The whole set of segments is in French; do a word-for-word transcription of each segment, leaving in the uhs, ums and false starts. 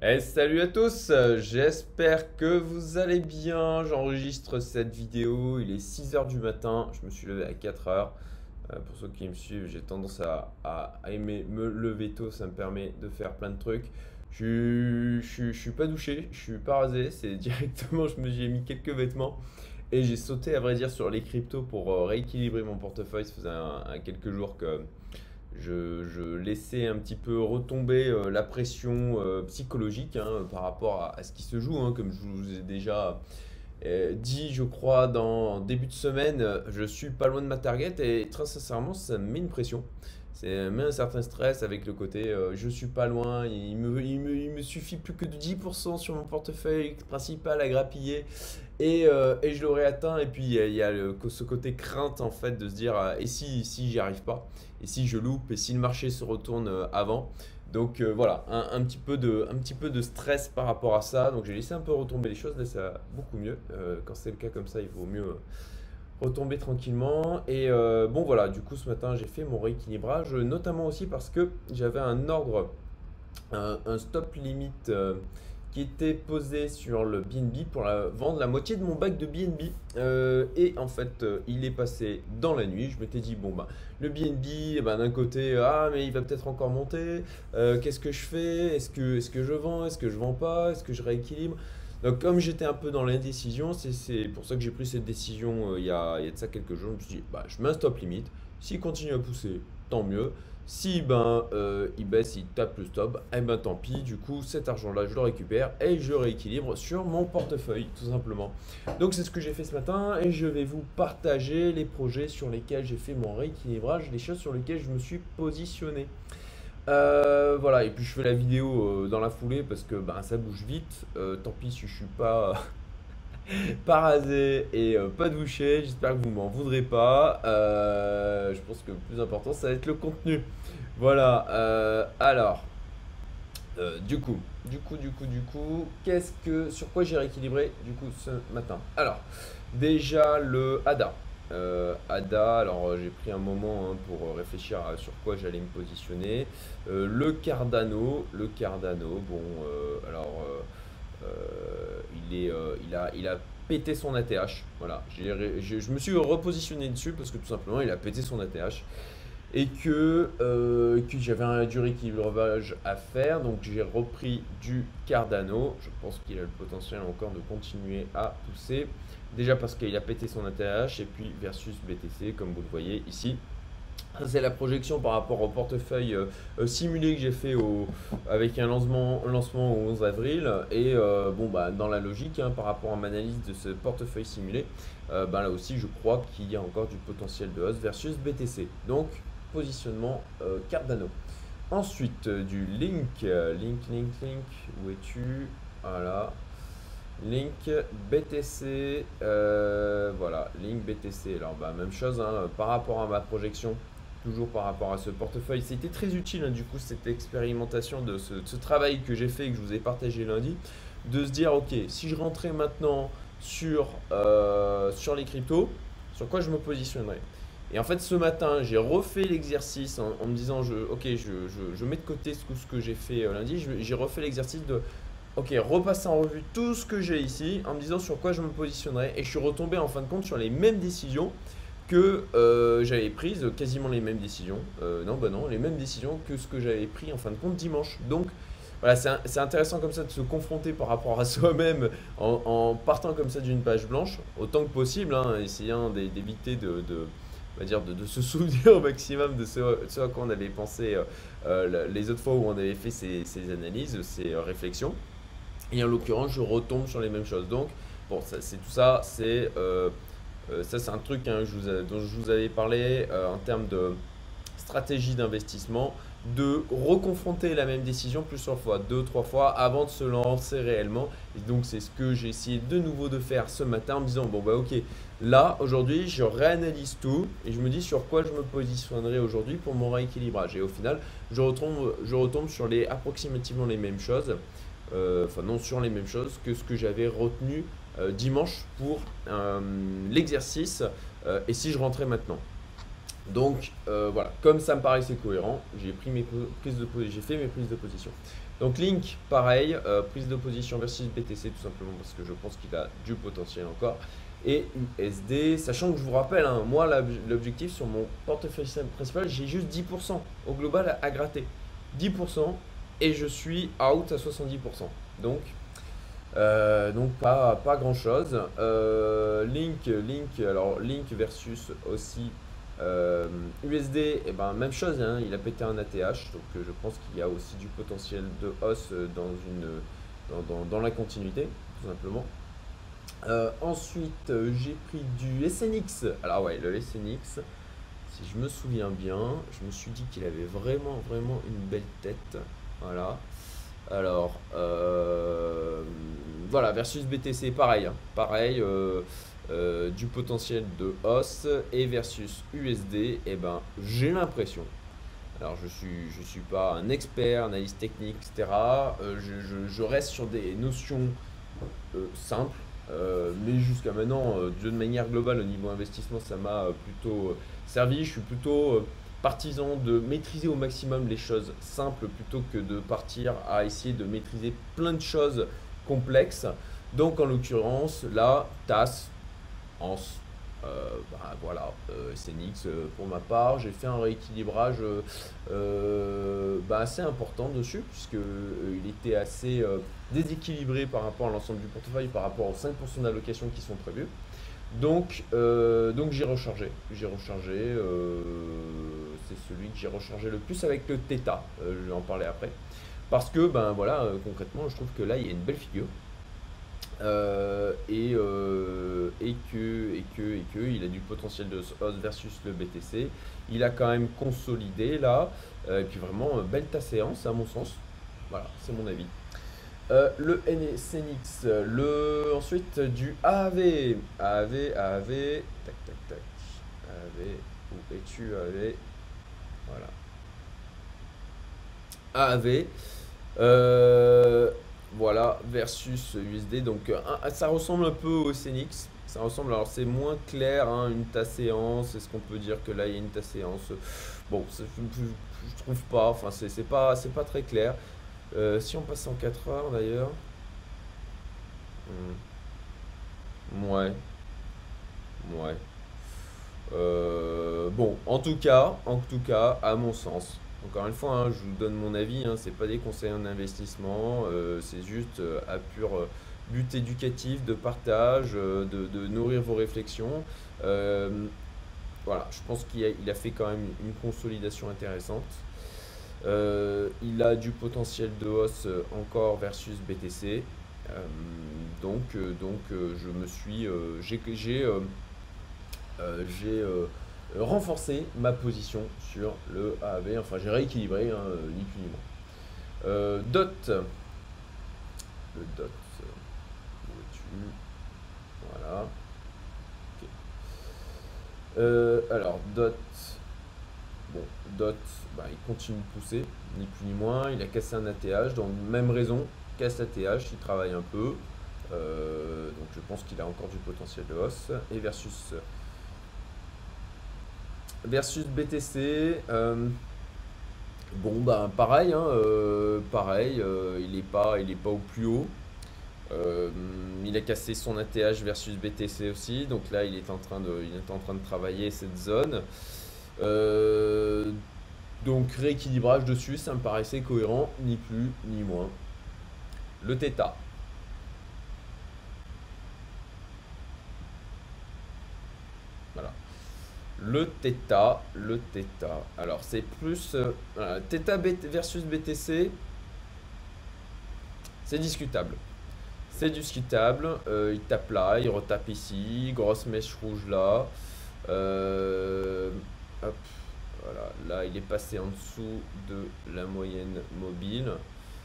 Eh, salut à tous, euh, j'espère que vous allez bien. J'enregistre cette vidéo, il est six heures du matin, je me suis levé à quatre heures. Euh, pour ceux qui me suivent, j'ai tendance à, à- à aimer me lever tôt, ça me permet de faire plein de trucs. Je, je, je suis pas douché, je suis pas rasé, c'est directement, je me j'ai mis quelques vêtements et j'ai sauté à vrai dire sur les cryptos pour euh, rééquilibrer mon portefeuille. Ça faisait un, un quelques jours que je, je laissais un petit peu retomber euh, la pression euh, psychologique hein, par rapport à, à ce qui se joue, hein. Comme je vous ai déjà euh, dit, je crois, dans début de semaine, euh, je suis pas loin de ma target et très sincèrement, ça me met une pression. C'est met un certain stress avec le côté euh, je suis pas loin, il me, il me, il me suffit plus que de dix pour cent sur mon portefeuille principal à grappiller et, euh, et je l'aurais atteint. Et puis il y a, il y a le- ce côté crainte en fait de se dire euh, et si, si j'y arrive pas, et si je loupe, et si le marché se retourne euh, avant. Donc euh, voilà, un, un petit peu de, un petit peu de stress par rapport à ça. Donc j'ai laissé un peu retomber les choses, là ça va beaucoup mieux. Euh, quand c'est le cas comme ça, il vaut mieux euh, retomber tranquillement. Et euh, bon voilà, du coup ce matin j'ai fait mon rééquilibrage, notamment aussi parce que j'avais un ordre un, un stop limit euh, qui était posé sur le B N B pour la, vendre la moitié de mon bac de B N B. Euh, et en fait, euh, il est passé dans la nuit. Je m'étais dit, bon, bah, le B N B, eh ben, d'un côté, ah, mais il va peut-être encore monter. Euh, Qu'est-ce que je fais? Est-ce que, est-ce que je vends? Est-ce que je vends pas? Est-ce que je rééquilibre? Donc, comme j'étais un peu dans l'indécision, c'est c'est pour ça que j'ai pris cette décision euh, il y a, il y a de ça quelques jours. Je me suis dit, bah, je mets un stop limit. S'il continue à pousser, tant mieux. Si ben euh, il baisse, il tape le stop, eh ben tant pis, du coup cet argent-là je le récupère et je rééquilibre sur mon portefeuille tout simplement. Donc c'est ce que j'ai fait ce matin et je vais vous partager les projets sur lesquels j'ai fait mon rééquilibrage, les choses sur lesquelles je me suis positionné. Euh, voilà, et puis je fais la vidéo euh, dans la foulée parce que ben, ça bouge vite. Euh, tant pis si je suis pas pas rasé et euh, pas douché. J'espère que vous m'en voudrez pas. Euh, je pense que le plus important, ça va être le contenu. Voilà. Euh, alors, euh, du coup, du coup, du coup, du coup, qu'est-ce que, sur quoi j'ai rééquilibré du coup ce matin? Alors, déjà le A D A. Euh, A D A, alors euh, j'ai pris un moment hein, pour euh, réfléchir à sur quoi j'allais me positionner. Euh, le Cardano, le Cardano, bon, euh, alors euh, euh, il est, euh, il a, il a pété son A T H. Voilà, J'ai ré- je, je me suis repositionné dessus parce que tout simplement il a pété son A T H et que, euh, que j'avais un du rééquilibrage à faire. Donc j'ai repris du Cardano. Je pense qu'il a le potentiel encore de continuer à pousser. Déjà parce qu'il a pété son A T H et puis versus B T C comme vous le voyez ici. Ça, c'est la projection par rapport au portefeuille euh, euh, simulé que j'ai fait au, avec un lancement, lancement au onze avril. Et euh, bon, bah, dans la logique, hein, par rapport à ma analyse de ce portefeuille simulé, euh, bah, là aussi, je crois qu'il y a encore du potentiel de hausse versus B T C. Donc, positionnement euh, Cardano. Ensuite, euh, du Link. euh, Link, Link, Link. Où es-tu? Voilà. Link B T C, euh, voilà, Link B T C. Alors, bah, même chose hein, par rapport à ma projection, toujours par rapport à ce portefeuille. C'était très utile, hein, du coup, cette expérimentation de ce, de ce travail que j'ai fait et que je vous ai partagé lundi, de se dire, ok, si je rentrais maintenant sur, euh, sur les cryptos, sur quoi je me positionnerais? Et en fait, ce matin, j'ai refait l'exercice en, en me disant, je, ok, je, je- je mets de côté ce, que- ce que j'ai fait euh, lundi. Je- J'ai refait l'exercice de ok, repasser en revue tout ce que j'ai ici en me disant sur quoi je me positionnerai. Et je suis retombé en fin de compte sur les mêmes décisions que euh, j'avais prises, quasiment les mêmes décisions. Euh, non, bah non, les mêmes décisions que ce que j'avais pris en fin de compte dimanche. Donc voilà, c'est c'est intéressant comme ça de se confronter par rapport à soi-même en, en partant comme ça d'une page blanche, autant que possible, hein, essayant d'é- d'éviter de, de- on va dire de, de se souvenir au maximum de ce, ce à quoi on avait pensé euh, euh, les autres fois où on avait fait ces, ces analyses, ces euh, réflexions. Et en l'occurrence, je retombe sur les mêmes choses. Donc, bon, ça, c'est tout ça, c'est euh, euh, ça, c'est un truc hein, je vous a- dont je vous avais parlé euh, en termes de stratégie d'investissement, de reconfronter la même décision plusieurs fois, deux, trois fois, avant de se lancer réellement. Et donc, c'est ce que j'ai essayé de nouveau de faire ce matin en me disant, bon, bah ok, là, aujourd'hui, je réanalyse tout et je me dis sur quoi je me positionnerai aujourd'hui pour mon rééquilibrage. Et au final, je retombe, je retombe sur les, approximativement les mêmes choses, euh, enfin non sur les mêmes choses que ce que j'avais retenu euh, dimanche pour euh, l'exercice. Euh, et si je rentrais maintenant? Donc euh, voilà, comme ça me paraissait cohérent, j'ai pris mes prises de j'ai fait mes prises de position. Donc Link, pareil, euh, prise de position versus B T C tout simplement parce que je pense qu'il a du potentiel encore. Et U S D, sachant que je vous rappelle, hein, moi l'objectif sur mon portefeuille principal, j'ai juste dix pour cent au global à, à gratter. dix pour cent et je suis out à soixante-dix pour cent. Donc, euh, donc pas, pas grand chose. Euh, Link, Link, alors Link versus aussi euh, U S D, et ben même chose, hein, il a pété un A T H, donc euh, je pense qu'il y a aussi du potentiel de hausse dans, une, dans, dans, dans la continuité, tout simplement. Euh, ensuite, euh, j'ai pris du S N X. Alors ouais, le S N X, si je me souviens bien, je me suis dit qu'il avait vraiment, vraiment une belle tête. Voilà. Alors, euh, voilà, versus B T C, pareil. Hein, pareil, euh, euh, du potentiel de hausse. Et versus U S D, eh ben, j'ai l'impression. Alors, je suis, je suis pas un expert, analyste technique, et cetera. Euh, je, je, je reste sur des notions euh, simples. Euh, mais jusqu'à maintenant, euh, de manière globale, au niveau investissement, ça m'a euh, plutôt euh, servi. Je suis plutôt euh, partisan de maîtriser au maximum les choses simples plutôt que de partir à essayer de maîtriser plein de choses complexes. Donc en l'occurrence, là, T A S, Ans, euh, bah, voilà, euh, S N X euh, pour ma part, j'ai fait un rééquilibrage euh, euh, bah, assez important dessus, puisque euh, il était assez euh, déséquilibré par rapport à l'ensemble du portefeuille, par rapport aux cinq pour cent d'allocation qui sont prévus. Donc, euh, donc j'ai rechargé, j'ai rechargé, euh, c'est celui que j'ai rechargé le plus avec le Theta, euh, je vais en parler après. Parce que, ben voilà, euh, concrètement, je trouve que là, il y a une belle figure. Euh, et, euh, et que et que et que il a du potentiel de hausse versus le B T C. Il a quand même consolidé là, euh, et puis vraiment euh, belle ta séance à mon sens. Voilà, c'est mon avis. Euh, le S N X, le ensuite du A A V, A A V, A A V, tac tac tac, A A V, où es-tu A A V? Voilà. A A V. Euh, Voilà, versus U S D. Donc, un- ça ressemble un peu au S N X. Ça ressemble, alors c'est moins clair, hein, une ta séance. Est-ce qu'on peut dire que là il y a une ta séance? Bon, c'est- je, je- je trouve pas. Enfin, c'est c'est pas, c'est pas très clair. Euh, si on passe en quatre heures d'ailleurs. Hmm, ouais, ouais. Euh, bon, en tout cas, en tout cas, à mon sens, encore une fois, hein, je vous donne mon avis, hein, c'est pas des conseils en investissement, euh, c'est juste euh, à pur euh, but éducatif, de partage, euh, de, de nourrir vos réflexions. Euh, voilà, je pense qu'il a, il a fait quand même une consolidation intéressante. Euh, il a du potentiel de hausse euh, encore versus B T C. Euh, donc, euh, donc euh, je me suis, euh, j'ai, j'ai, euh, euh, j'ai euh, renforcé ma position sur le A A V. Enfin, j'ai rééquilibré, hein, euh, ni plus ni moins. Euh, dot. Le dot. Où es-tu? Voilà. Ok. Euh, alors, dot. Bon, dot, bah, il continue de pousser, ni plus ni moins. Il a cassé un A T H, donc même raison, casse A T H, il travaille un peu. Euh, donc je pense qu'il a encore du potentiel de hausse. Et versus versus B T C, euh, bon bah pareil, hein, euh, pareil, euh, il est pas, il est pas au plus haut. Euh, il a cassé son A T H versus B T C aussi, donc là il est en train de, il est en train de travailler cette zone. Euh, donc rééquilibrage dessus, ça me paraissait cohérent, ni plus ni moins. Le Theta. Voilà. Le Theta, le Theta. Alors c'est plus euh, voilà, Theta versus B T C, c'est discutable. C'est discutable. Euh, il tape là, il retape ici, grosse mèche rouge là. Euh, hop, voilà. Là, il est passé en dessous de la moyenne mobile.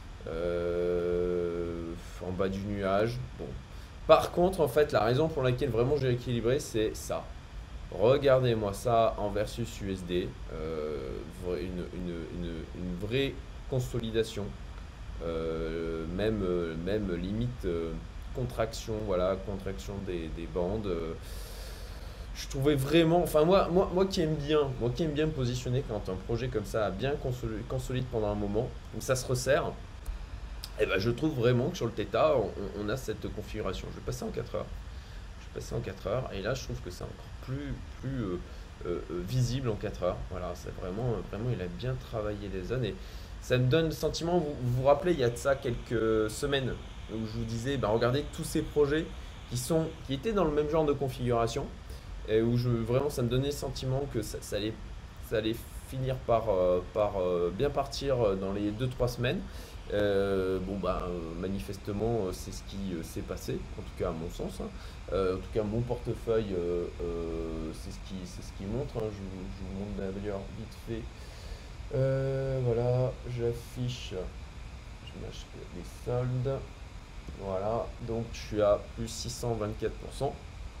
Euh, en bas du nuage. Bon. Par contre, en fait, la raison pour laquelle vraiment j'ai équilibré, c'est ça. Regardez-moi ça en versus U S D. Euh, une, une, une, une vraie consolidation. Euh, même, euh, même limite euh, contraction, voilà, contraction des, des bandes. Euh, je trouvais vraiment, enfin moi, moi, moi qui aime bien, moi qui aime bien me positionner quand un projet comme ça a bien consolide, consolide pendant un moment, où ça se resserre, et ben je trouve vraiment que sur le Theta, on, on a cette configuration. Je vais passer en quatre heures. Je vais passer en quatre heures, et là je trouve que c'est encore plus, plus euh, euh, euh, visible en quatre heures. Voilà, c'est vraiment, vraiment, il a bien travaillé les zones, et ça me donne le sentiment, vous vous, vous rappelez, il y a de ça quelques semaines, où je vous disais, ben, regardez tous ces projets qui, sont, qui étaient dans le même genre de configuration, et où je, vraiment ça me donnait le sentiment que ça, ça allait, ça allait finir par, euh, par euh, bien partir dans les deux trois semaines. Euh, bon bah euh, manifestement euh, c'est ce qui euh, s'est passé, en tout cas à mon sens, hein. Euh, en tout cas mon portefeuille euh, euh, c'est ce qui, c'est ce qui montre, hein. Je, vous je vous montre d'ailleurs vite fait. Euh, voilà, j'affiche, je mâche les soldes. Voilà, donc je suis à plus six cent vingt-quatre pour cent.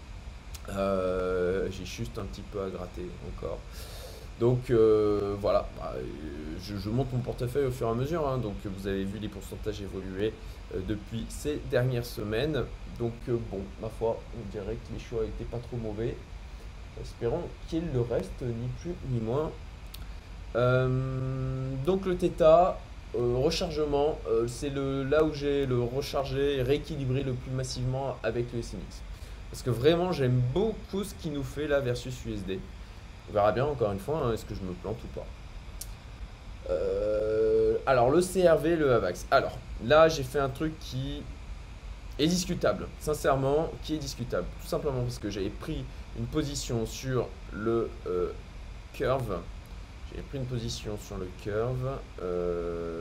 Euh, j'ai juste un petit peu à gratter encore. Donc euh, voilà, bah, euh, je, je monte mon portefeuille au fur et à mesure, hein. Donc vous avez vu les pourcentages évoluer euh, depuis ces dernières semaines. Donc euh, bon, ma foi, on dirait que les choix n'étaient pas trop mauvais. Espérons qu'il le reste, ni plus ni moins. Euh, donc le Theta, euh, rechargement, euh, c'est le, là où j'ai le rechargé et rééquilibré le plus massivement avec le S N X. Parce que vraiment j'aime beaucoup ce qu'il nous fait là versus U S D. On verra bien encore une fois, hein, est-ce que je me plante ou pas. Euh, alors le C R V, le AVAX. Alors là j'ai fait un truc qui est discutable, sincèrement, qui est discutable. Tout simplement parce que j'avais pris une position sur le euh, curve. J'ai pris une position sur le curve. Euh,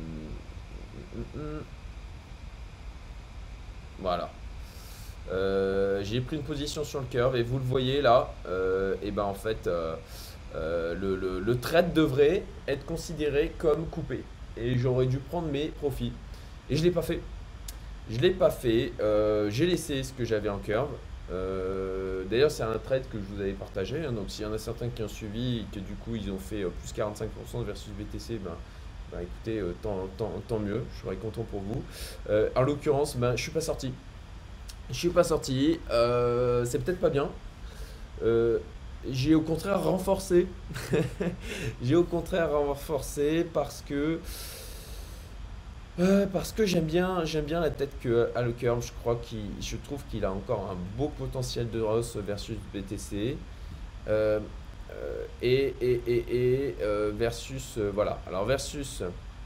Voilà. Euh, j'ai pris une position sur le curve et vous le voyez là. Euh, et ben en fait, euh, euh, le, le- le trade devrait être considéré comme coupé. Et j'aurais dû prendre mes profits. Et je ne l'ai pas fait. Je ne l'ai pas fait. Euh, j'ai laissé ce que j'avais en curve. Euh, D'ailleurs, c'est un trade que je vous avais partagé, hein. Donc, s'il y en a certains qui ont suivi et que du coup, ils ont fait euh, plus quarante-cinq pour cent versus B T C, ben, ben, écoutez, euh, tant, tant- tant mieux. Je serais content pour vous. Euh, en l'occurrence, ben, je suis pas sorti. Je suis pas sorti. Euh, c'est peut-être pas bien. Euh, j'ai au contraire renforcé. J'ai au contraire renforcé parce que Euh, parce que j'aime bien, j'aime bien la tête que a le curve. Je crois qu'il, je trouve qu'il a encore un beau potentiel de Ross versus B T C. Euh, euh, et et, et, et, euh, versus, euh, voilà. Alors versus,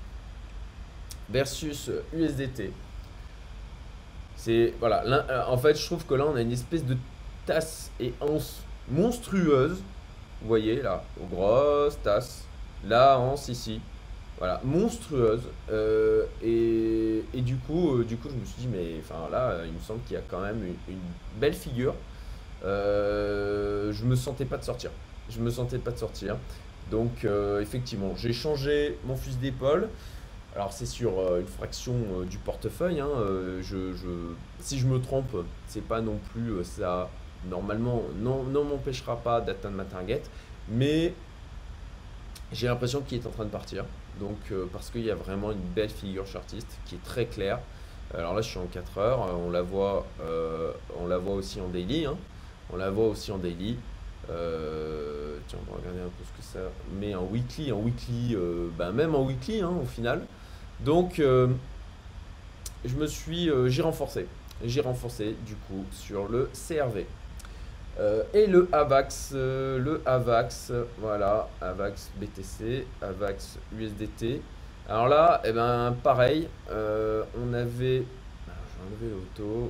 versus U S D T. C'est, voilà. L'un- euh, en fait, je trouve que là, on a une espèce de tasse et anse monstrueuse. Vous voyez, là, grosse tasse. La anse ici. Voilà, monstrueuse. Euh, et, et du coup, euh, du coup, je me suis dit, mais enfin là, euh, il me semble qu'il y a quand même une, une belle figure. Euh, je me sentais pas de sortir. Je me sentais pas de sortir. Donc, euh, effectivement, j'ai changé mon fusil d'épaule. Alors, c'est sur euh, une fraction euh, du portefeuille, hein. Euh, je, je- si je me trompe, c'est pas non plus euh, ça. Normalement, non, ne m'empêchera pas d'atteindre ma target. Mais j'ai l'impression qu'il est en train de partir. Donc, euh, parce qu'il y a vraiment une belle figure chartiste qui est très claire. Alors là, je suis en quatre heures. euh, On la voit, euh, on la voit aussi en daily, hein. On la voit aussi en daily. Euh, tiens, on va regarder un peu ce que ça met en weekly. En weekly, euh, ben même en weekly, hein, au final. Donc, euh, je me suis, euh, j'ai renforcé. J'ai renforcé du coup sur le C R V. Euh, et le AVAX, euh, le AVAX, voilà, AVAX B T C, AVAX U S D T. Alors là, eh ben, pareil, euh, on avait, alors, je vais enlever l'auto.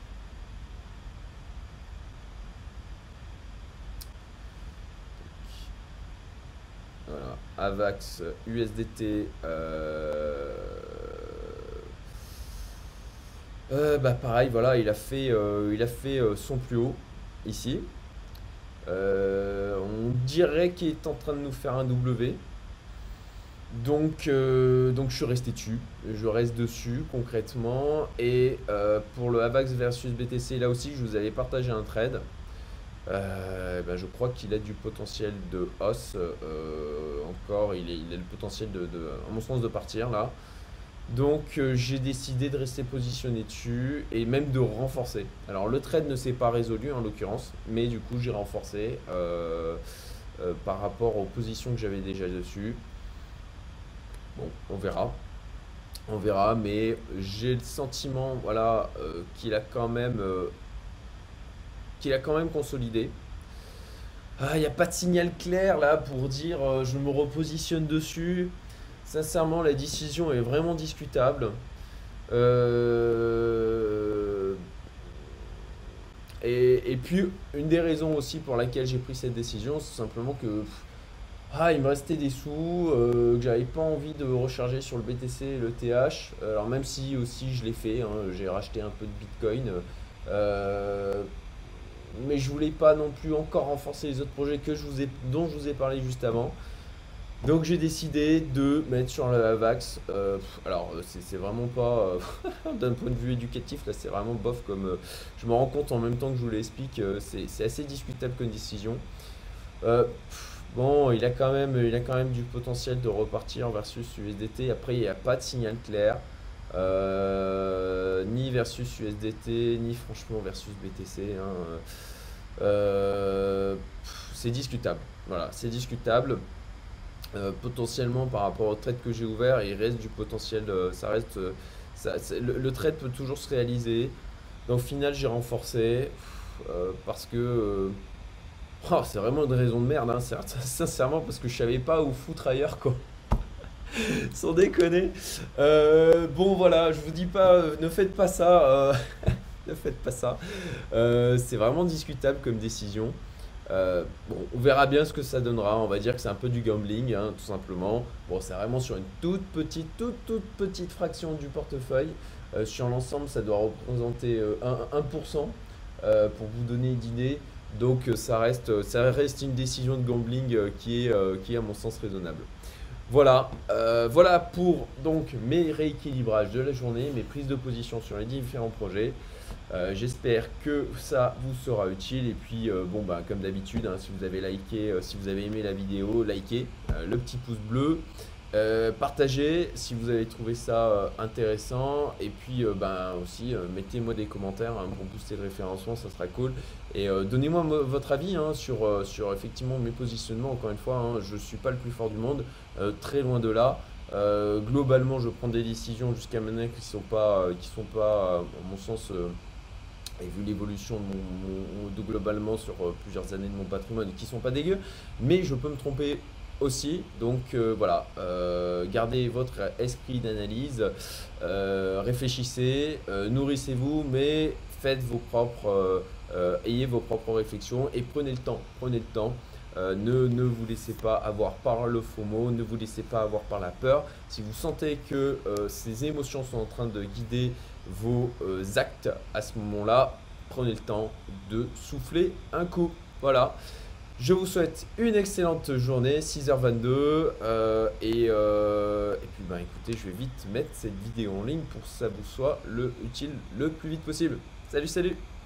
Voilà, AVAX U S D T. Euh, euh, bah pareil, voilà, il a fait, euh, il a fait euh, son plus haut ici. Euh, on dirait qu'il est en train de nous faire un W. Donc, euh, donc je suis resté dessus, je reste dessus concrètement. Et euh, pour le AVAX versus B T C, là aussi, je vous avais partagé un trade. Euh, ben, je crois qu'il a du potentiel de hausse. Euh, encore, il, est- il a le potentiel de, de- à mon sens, de partir là. Donc euh, j'ai décidé de rester positionné dessus et même de renforcer. Alors le trade ne s'est pas résolu en l'occurrence, mais du coup j'ai renforcé euh, euh, par rapport aux positions que j'avais déjà dessus. Bon, on verra. On verra, mais j'ai le sentiment voilà, euh, qu'il a quand même euh, qu'il a quand même consolidé. Ah, il n'y a pas de signal clair là pour dire euh, je me repositionne dessus. Sincèrement, la décision est vraiment discutable. Euh, et, et puis, une des raisons aussi pour laquelle j'ai pris cette décision, c'est simplement que pff, ah, il me restait des sous, euh, que j'avais pas envie de recharger sur le B T C et le T H. Alors, même si aussi je l'ai fait, hein, j'ai racheté un peu de Bitcoin. Euh, mais je voulais pas non plus encore renforcer les autres projets que je vous ai, dont je vous ai parlé juste avant. Donc j'ai décidé de mettre sur la Vax. Euh, alors c'est c'est vraiment pas euh, d'un point de vue éducatif, là c'est vraiment bof comme euh, je me rends compte en même temps que je vous l'explique, euh, c'est c'est assez discutable comme décision. Euh, pff, bon, il a quand même, il a quand même du potentiel de repartir versus U S D T. Après, il n'y a pas de signal clair, euh, ni versus U S D T, ni franchement versus B T C, hein. Euh, pff, c'est discutable. Voilà, c'est discutable. Euh, potentiellement par rapport au trade que j'ai ouvert, il reste du potentiel, euh, ça reste, euh, ça- c'est- le, le trade peut toujours se réaliser. Donc au final j'ai renforcé pff, euh, parce que euh, oh, c'est vraiment une raison de merde, hein, certes, sincèrement parce que je savais pas où foutre ailleurs quoi. Sans déconner. Euh, bon voilà, je vous dis pas, euh, ne faites pas ça, euh, ne faites pas ça. Euh, c'est vraiment discutable comme décision. Euh, bon, on verra bien ce que ça donnera. On va dire que c'est un peu du gambling, hein, tout simplement. Bon, c'est vraiment sur une toute petite, toute, toute petite fraction du portefeuille. Euh, sur l'ensemble, ça doit représenter euh, un, un pour cent euh, pour vous donner une idée. Donc, euh, ça reste, ça reste une décision de gambling euh, qui est, euh, qui est, à mon sens, raisonnable. Voilà, euh, voilà pour donc mes rééquilibrages de la journée, mes prises de position sur les différents projets. Euh, J'espère que ça vous sera utile. Et puis, euh, bon, bah, comme d'habitude, hein, si vous avez liké, euh, si vous avez aimé la vidéo, likez, euh, le petit pouce bleu, euh, partagez si vous avez trouvé ça euh, intéressant. Et puis, euh, ben, aussi, euh, mettez-moi des commentaires hein, pour booster le référencement, ça sera cool. Et euh, donnez-moi mo- votre avis hein, sur, euh, sur effectivement mes positionnements. Encore une fois, hein, je ne suis pas le plus fort du monde, euh, très loin de là. Euh, globalement, je prends des décisions jusqu'à maintenant qui sont pas, euh, qui sont pas, euh, à mon sens, euh, et vu l'évolution de, mon, mon- de globalement sur euh, plusieurs années de mon patrimoine qui sont pas dégueux, mais je peux me tromper aussi. Donc euh, voilà, euh, gardez votre esprit d'analyse, euh, réfléchissez, euh, nourrissez-vous, mais faites vos propres, euh, euh, ayez vos propres réflexions et prenez le temps, prenez le temps. Euh, ne, ne vous laissez pas avoir par le FOMO, ne vous laissez pas avoir par la peur. Si vous sentez que euh, ces émotions sont en train de guider vos euh, actes à ce moment-là, prenez le temps de souffler un coup. Voilà. Je vous souhaite une excellente journée, six heures vingt-deux. Euh, et, euh, et puis, ben, écoutez, je vais vite mettre cette vidéo en ligne pour que ça vous soit le utile le plus vite possible. Salut, salut!